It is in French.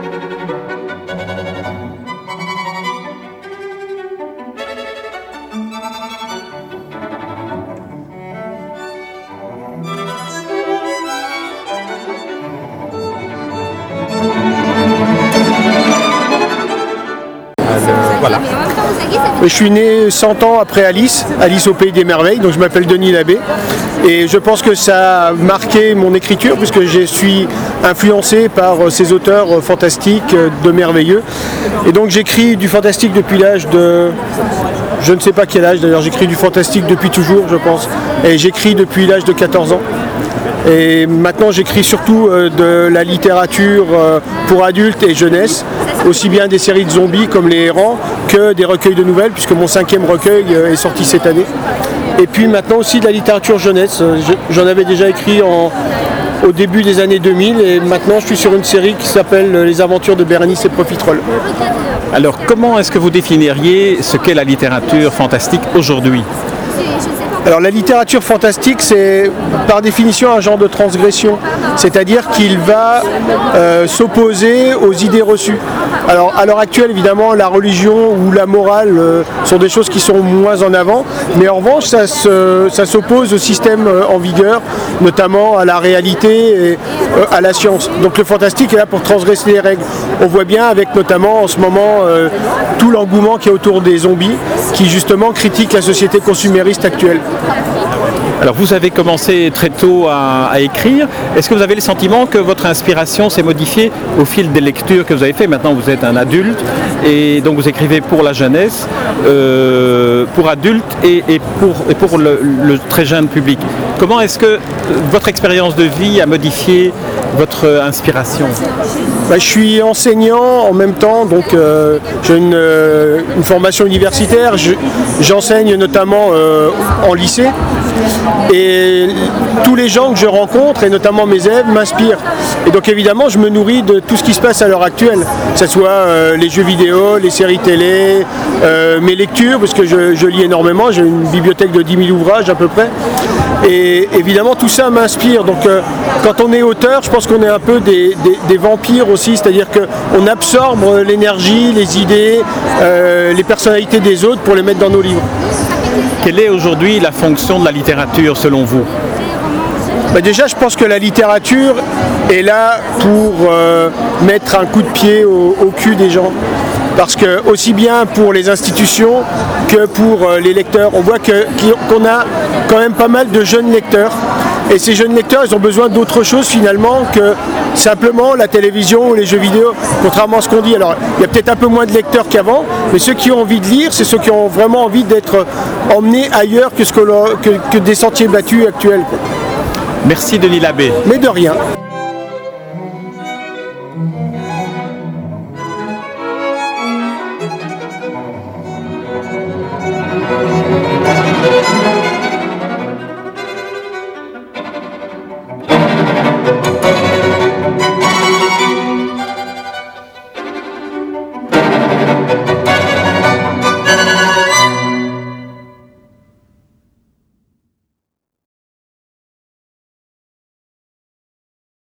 Voilà. Je suis né 100 ans après Alice au Pays des Merveilles, donc je m'appelle Denis Labbé. Et je pense que ça a marqué mon écriture, puisque je suis influencé par ces auteurs fantastiques de merveilleux. Et donc j'écris du fantastique depuis l'âge de... Je ne sais pas quel âge d'ailleurs, j'écris du fantastique depuis toujours, je pense. Et j'écris depuis l'âge de 14 ans. Et maintenant j'écris surtout de la littérature pour adultes et jeunesse, aussi bien des séries de zombies comme Les Errants que des recueils de nouvelles, puisque mon 5e recueil est sorti cette année. Et puis maintenant aussi de la littérature jeunesse. J'en avais déjà écrit au début des années 2000 et maintenant je suis sur une série qui s'appelle Les Aventures de Bérénice et Profiterole. Alors comment est-ce que vous définiriez ce qu'est la littérature fantastique aujourd'hui ? Alors la littérature fantastique, c'est par définition un genre de transgression, c'est-à-dire qu'il va s'opposer aux idées reçues. Alors à l'heure actuelle, évidemment, la religion ou la morale sont des choses qui sont moins en avant, mais en revanche, ça s'oppose au système en vigueur, notamment à la réalité et à la science. Donc le fantastique est là pour transgresser les règles. On voit bien avec notamment en ce moment tout l'engouement qui est autour des zombies, qui justement critiquent la société consumériste actuelle. Alors vous avez commencé très tôt à écrire. Est-ce que vous avez le sentiment que votre inspiration s'est modifiée au fil des lectures que vous avez faites ? Maintenant vous êtes un adulte et donc vous écrivez pour la jeunesse, pour adultes et pour le très jeune public. Comment est-ce que votre expérience de vie a modifié votre inspiration ? Je suis enseignant en même temps, donc j'ai une formation universitaire. J'enseigne notamment en lycée. Et tous les gens que je rencontre, et notamment mes élèves, m'inspirent. Et donc évidemment, je me nourris de tout ce qui se passe à l'heure actuelle, que ce soit les jeux vidéo, les séries télé, mes lectures, parce que je lis énormément, j'ai une bibliothèque de 10 000 ouvrages à peu près. Et évidemment, tout ça m'inspire. Donc quand on est auteur, je pense qu'on est un peu des vampires aussi, c'est-à-dire qu'on absorbe l'énergie, les idées, les personnalités des autres pour les mettre dans nos livres. Quelle est aujourd'hui la fonction de la littérature selon vous ? Déjà, je pense que la littérature est là pour mettre un coup de pied au cul des gens. Parce que aussi bien pour les institutions que pour les lecteurs, on voit qu'on a quand même pas mal de jeunes lecteurs. Et ces jeunes lecteurs, ils ont besoin d'autre chose finalement que simplement la télévision ou les jeux vidéo, contrairement à ce qu'on dit. Alors, il y a peut-être un peu moins de lecteurs qu'avant, mais ceux qui ont envie de lire, c'est ceux qui ont vraiment envie d'être emmenés ailleurs que des sentiers battus actuels. Merci Denis Labbé. Mais de rien.